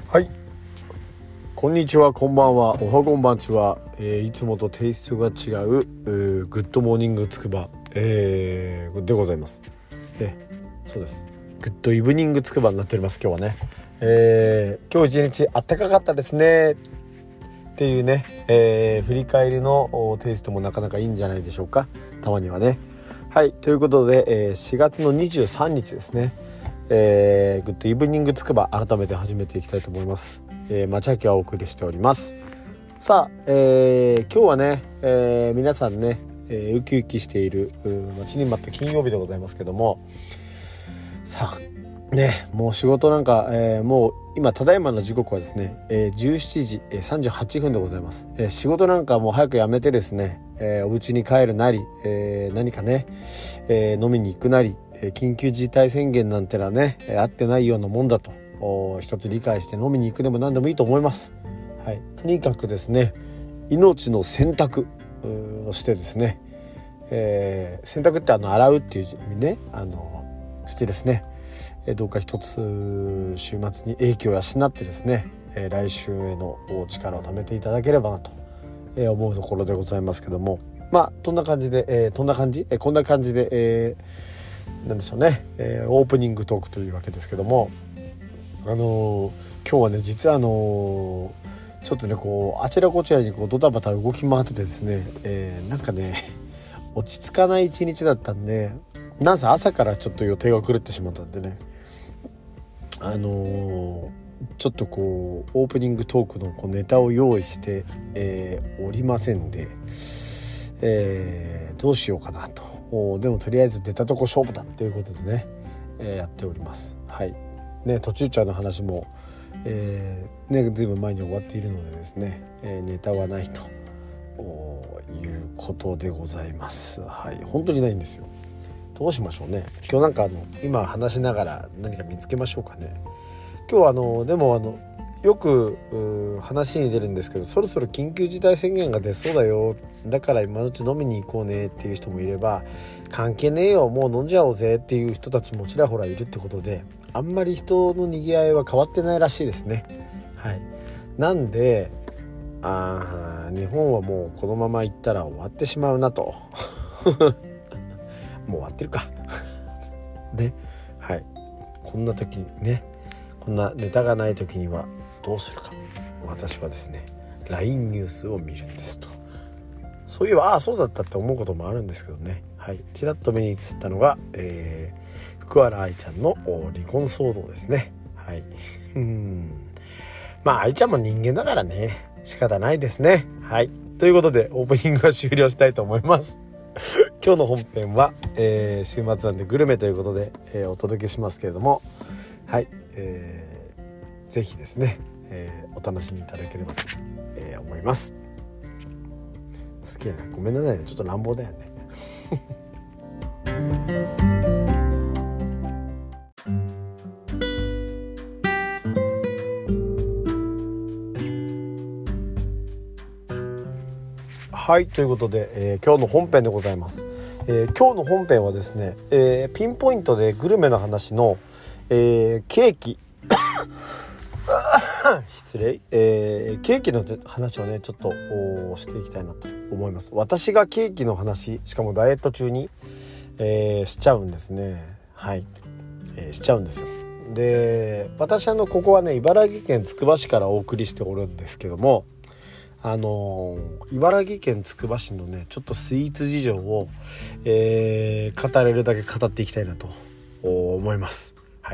はい、こんにちは、こんばんは、おはこんばんちは、いつもとテイストが違うグッドモーニングつくば、でございます。そうです、グッドイブニングつくばになっております。今日はね、今日一日あったかかったですねっていうね、振り返りのテイストもなかなかいいんじゃないでしょうか、たまにはね。はい、ということで、4月の23日ですね、グッドイブニングつくば改めて始めていきたいと思います。町明はお送りしております。さあ、今日はね、皆さんね、ウキウキしている待ちに待った金曜日でございますけども、さあね、もう仕事なんか、もう今ただいまの時刻はですね、17時38分でございます。仕事なんかもう早くやめてですね、お家に帰るなり、何かね、飲みに行くなり、緊急事態宣言なんてのはね、あってないようなもんだと一つ理解して飲みに行くでも何でもいいと思います。はい、とにかくですね、命の選択をしてですね、選択って洗うっていう意味ね、してですね、どうか一つ週末に英気を養ってですね、来週への力を貯めていただければなと思うところでございますけども、こんな感じで、なんでしょうね、オープニングトークというわけですけども、今日はね、実はちょっとね、こうあちらこちらにこうドタバタ動き回っててですね、なんかね落ち着かない一日だったんで、なんせ朝からちょっと予定が狂ってしまったんでね、ちょっとこうオープニングトークのこうネタを用意して、おりませんで、どうしようかなと。でもとりあえず出たとこ勝負だっていうことでね、やっております。はいね、途中茶の話も、ずいぶん前に終わっているのでですね、ネタはないということでございます。はい、本当にないんですよ。どうしましょうね。今日なんか今話しながら何か見つけましょうかね。今日はでもよく話に出るんですけど、そろそろ緊急事態宣言が出そうだよ、だから今のうち飲みに行こうねっていう人もいれば、関係ねえよもう飲んじゃおうぜっていう人たちもちらほらいるってことで、あんまり人の賑わいは変わってないらしいですね。はい、なんで日本はもうこのまま行ったら終わってしまうなともう終わってるかで、はい、こんな時にね、こんなネタがない時にはどうするか。私はですね、 LINE ニュースを見るんですと。そういえばそうだったって思うこともあるんですけどね。はい、ちらっと目に映ったのが、福原愛ちゃんの離婚騒動ですね。はい、愛ちゃんも人間だからね、仕方ないですね。はい、ということでオープニングは終了したいと思います今日の本編は、週末なんでグルメということで、お届けしますけれども、はい、ぜひですね、お楽しみいただければと、思います。すげえな、ごめんなさいね、ちょっと乱暴だよねはい、ということで、今日の本編でございます。今日の本編はですね、ピンポイントでグルメの話の、ケーキ失礼、ケーキの話をねちょっとしていきたいなと思います。私がケーキの話、しかもダイエット中に、しちゃうんですね。はい、しちゃうんですよ。で、私ここはね、茨城県つくば市からお送りしておるんですけども、茨城県つくば市のねちょっとスイーツ事情を、語れるだけ語っていきたいなと思います。はい、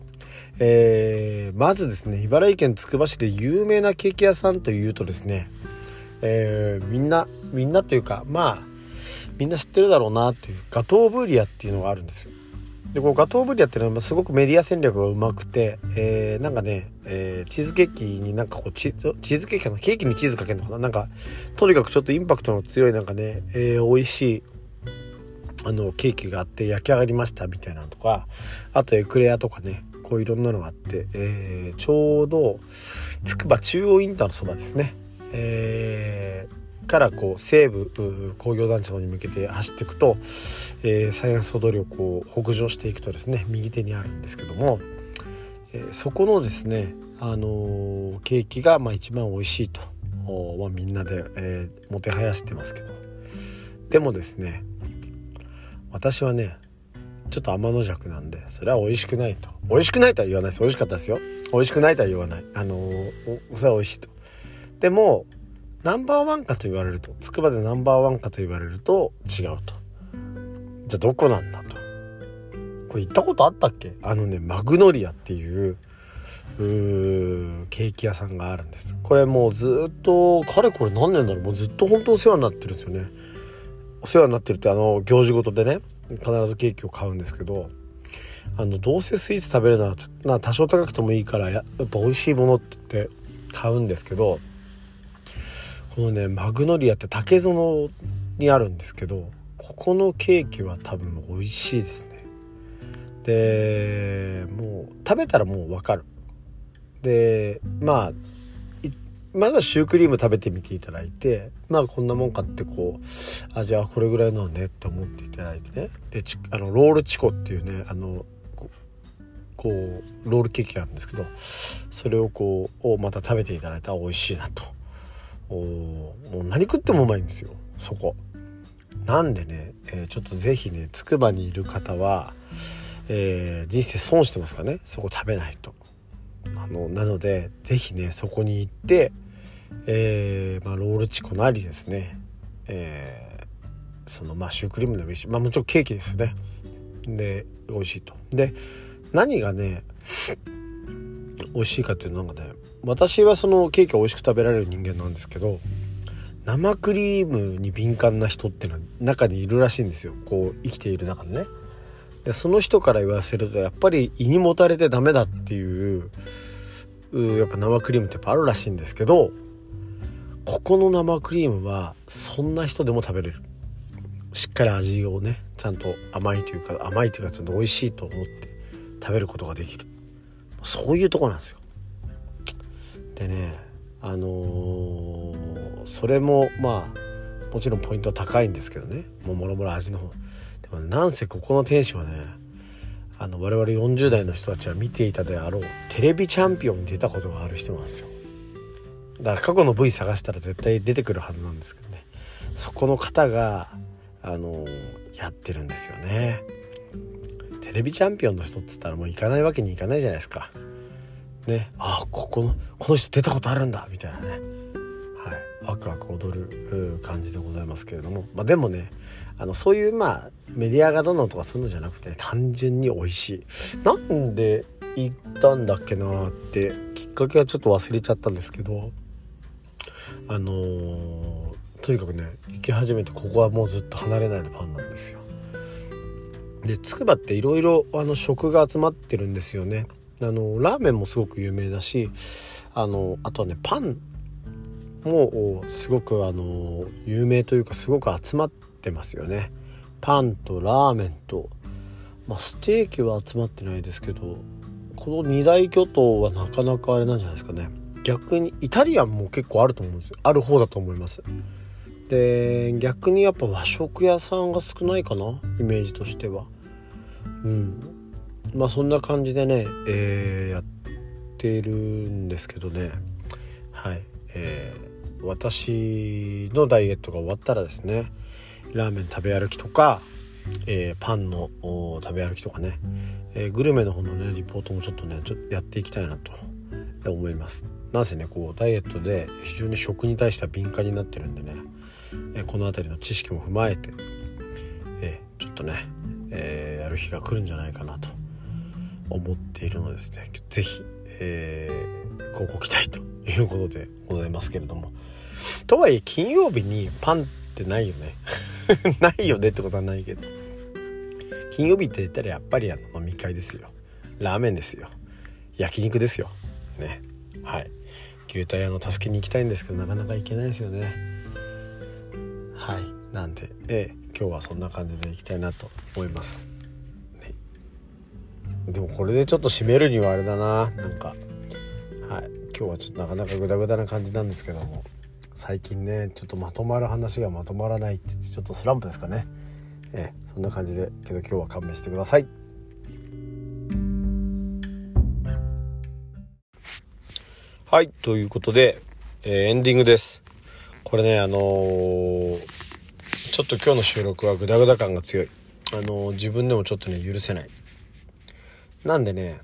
まずですね、茨城県つくば市で有名なケーキ屋さんというとですね、みんなというかみんな知ってるだろうなっていうガトーブリアっていうのがあるんですよ。で、このガトーブリアっていうのはすごくメディア戦略がうまくて、なんかね、チーズケーキになんかこうチーズケーキかな、ケーキにチーズかけるのかな、なんかとにかくちょっとインパクトの強いなんかね、美味しいケーキがあって焼き上がりましたみたいなのとか、あとエクレアとかね、こういろんなのがあって、ちょうどつくば中央インターのそばですね、からこう西武工業団地の方に向けて走っていくと、山陽総通りをこう北上していくとですね、右手にあるんですけども、 そこのですね、ケーキが一番美味しいと、みんなで、もてはやしてますけど、でもですね、私はねちょっと天の弱なんで、それは美味しくないとは言わないです。美味しかったですよ。美味しくないとは言わない。それは美味しいと。でもナンバーワンかと言われると、つくばでナンバーワンかと言われると違うと。じゃあどこなんだと。これ行ったことあったっけ？マグノリアっていうケーキ屋さんがあるんです。これもうずっとかれこれ何年だろう、もうずっと本当お世話になってるんですよね。お世話になってるって行事ごとでね必ずケーキを買うんですけど、どうせスイーツ食べるなら多少高くてもいいからやっぱ美味しいものって言って買うんですけど、このねマグノリアって竹園にあるんですけど、ここのケーキは多分美味しいですね。でもう食べたらもう分かる。でまずはシュークリーム食べてみていただいて、こんなもんかって味はこれぐらいのねって思っていただいてね。でロールチコっていうねロールケーキがあるんですけど、それをまた食べていただいたら美味しいなと。もう何食ってもうまいんですよそこなんでね、ちょっとぜひねつくばにいる方は、人生損してますからね、そこ食べないと。なのでぜひねそこに行って、ロールチコなりですね、シュークリームでもいいし、もちろんケーキですね。で美味しいと。で何がね美味しいかっていうのがね、私はそのケーキを美味しく食べられる人間なんですけど、生クリームに敏感な人っていうのは中にいるらしいんですよ、生きている中でね。でその人から言わせるとやっぱり胃にもたれてダメだっていうやっぱ生クリームってやっぱあるらしいんですけど、ここの生クリームはそんな人でも食べれる。しっかり味をねちゃんと甘いというかちゃんと美味しいと思って食べることができる、そういうとこなんですよ。でねそれももちろんポイントは高いんですけどね、もろもろ味の方でもなんせここの店主はね我々40代の人たちは見ていたであろうテレビチャンピオンに出たことがある人なんですよ。だから過去の V 探したら絶対出てくるはずなんですけどね、そこの方がやってるんですよね。テレビチャンピオンの人っつったらもう行かないわけにいかないじゃないですかね。この人出たことあるんだみたいなね、ワクワク踊る感じでございますけれども、でもねそういうメディアがどんどんとかそういうのじゃなくて、単純に美味しい。なんで行ったんだっけなってきっかけはちょっと忘れちゃったんですけど、とにかくね行き始めてここはもうずっと離れないのファンなんですよ。でつくばっていろいろ食が集まってるんですよね。ラーメンもすごく有名だし、あとはねパンもすごく有名というかすごく集まってますよね。パンとラーメンと、ステーキは集まってないですけど、この二大巨頭はなかなかあれなんじゃないですかね。逆にイタリアンも結構あると思うんですよ。ある方だと思います。で逆にやっぱ和食屋さんが少ないかな、イメージとしては。そんな感じでね、やってるんですけどね。私のダイエットが終わったらですね、ラーメン食べ歩きとか、パンの食べ歩きとかね、グルメの方のねリポートもちょっとやっていきたいなと思います。なんせねダイエットで非常に食に対しては敏感になってるんでね、この辺りの知識も踏まえて、ちょっとね、やる日が来るんじゃないかなと思っているのですね。ぜひ、ご期待ということでございますけれども、とはいえ金曜日にパンってないよねないよねってことはないけど、金曜日って言ったらやっぱり飲み会ですよ、ラーメンですよ、焼肉ですよね。牛タン屋の助けに行きたいんですけどなかなか行けないですよね。なんで、今日はそんな感じで行きたいなと思います、ね。でもこれでちょっと締めるにはあれだな、今日はちょっとなかなかグダグダな感じなんですけども、最近ねちょっとまとまる話がまとまらないってちょっとスランプですかね。そんな感じでけど今日は勘弁してください。 はい、ということで、エンディングです。これね、ちょっと今日の収録はグダグダ感が強い。自分でもちょっとね、許せない。なんでね、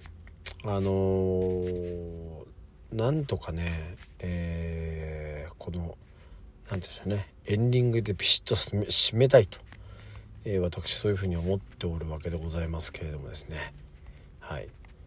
なんとかね、この、なんていうんでしょうね、エンディングでビシッと締めたいと、私そういうふうに思っておるわけでございますけれどもですね。はい。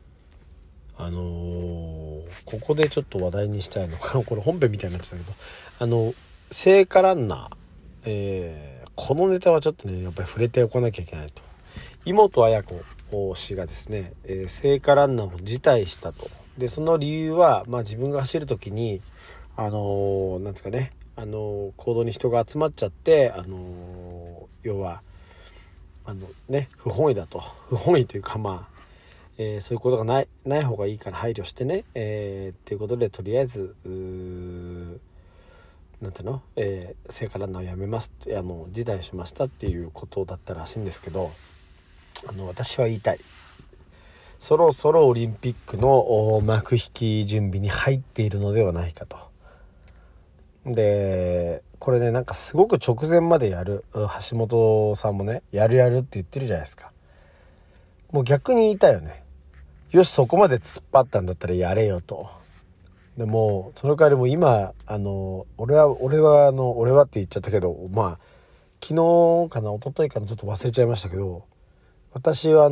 ここでちょっと話題にしたいのがこれ本編みたいになってたけど聖火ランナー、このネタはちょっとねやっぱり触れておかなきゃいけないと。妹綾子氏がですね、聖火ランナーを辞退したと。でその理由は、自分が走る時になんですかね、行動に人が集まっちゃって要は不本意だと。不本意というかそういうことがない方がいいから配慮してね、っていうことでとりあえずなんていうの、聖火ランナーをやめますって辞退しましたっていうことだったらしいんですけど、私は言いたい。そろそろオリンピックの幕引き準備に入っているのではないかと。でこれねなんかすごく直前までやる橋本さんもねやるって言ってるじゃないですか。もう逆に言いたいよね。よしそこまで突っ張ったんだったらやれよと。でもその代わりも今俺はって言っちゃったけど昨日かな一昨日かなちょっと忘れちゃいましたけど、私は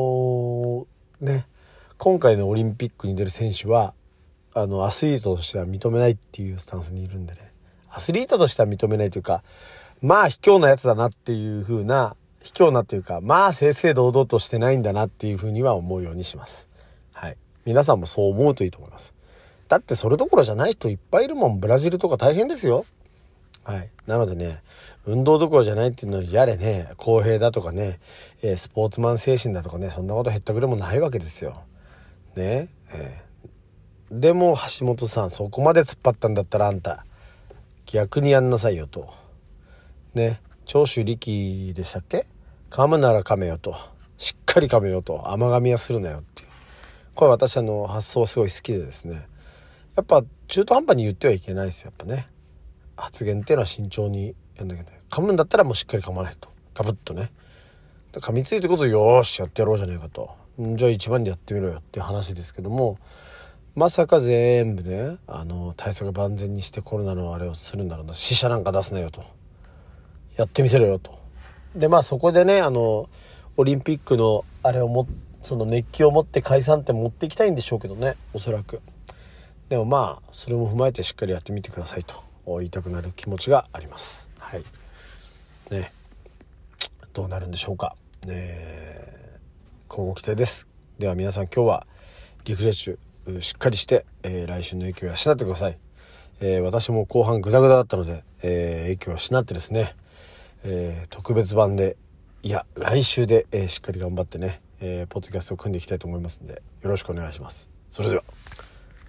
今回のオリンピックに出る選手はアスリートとしては認めないっていうスタンスにいるんでね。アスリートとしては認めないというか卑怯なやつだなっていう風な卑怯なというか正々堂々としてないんだなっていう風には思うようにします。はい。皆さんもそう思うといいと思います。だってそれどころじゃない人いっぱいいるもん。ブラジルとか大変ですよ。はい。なのでね、運動どころじゃないっていうのにやれね、公平だとかね、スポーツマン精神だとかね、そんなことへったくれもないわけですよ。ね。でも橋本さんそこまで突っ張ったんだったらあんた逆にやんなさいよと。ね。長州力でしたっけ？噛むなら噛めよと。しっかり噛めよと。甘噛みはするなよっていう。これ私発想すごい好きでですね。やっぱ中途半端に言ってはいけないですよ。やっぱね。発言っていうのは慎重にやんなきゃいけない。噛むんだったらもうしっかり噛まないと。ガブッとね。噛みついてこそよーしやってやろうじゃねえかと。じゃあ一番でやってみろよっていう話ですけども、まさか全部ね対策万全にしてコロナのあれをするんだろうな。死者なんか出すなよと。やってみせろよと。でそこでねオリンピックのあれをその熱気を持って解散って持っていきたいんでしょうけどね、おそらく。でもそれも踏まえてしっかりやってみてくださいと言いたくなる気持ちがあります。はいね。どうなるんでしょうかね。乞うご期待です。では皆さん今日はリフレッシュしっかりして、来週の影響を養ってください。私も後半グダグダだったので、影響を養ってですね、特別版で来週で、しっかり頑張ってね、ポッドキャストを組んでいきたいと思いますのでよろしくお願いします。それでは。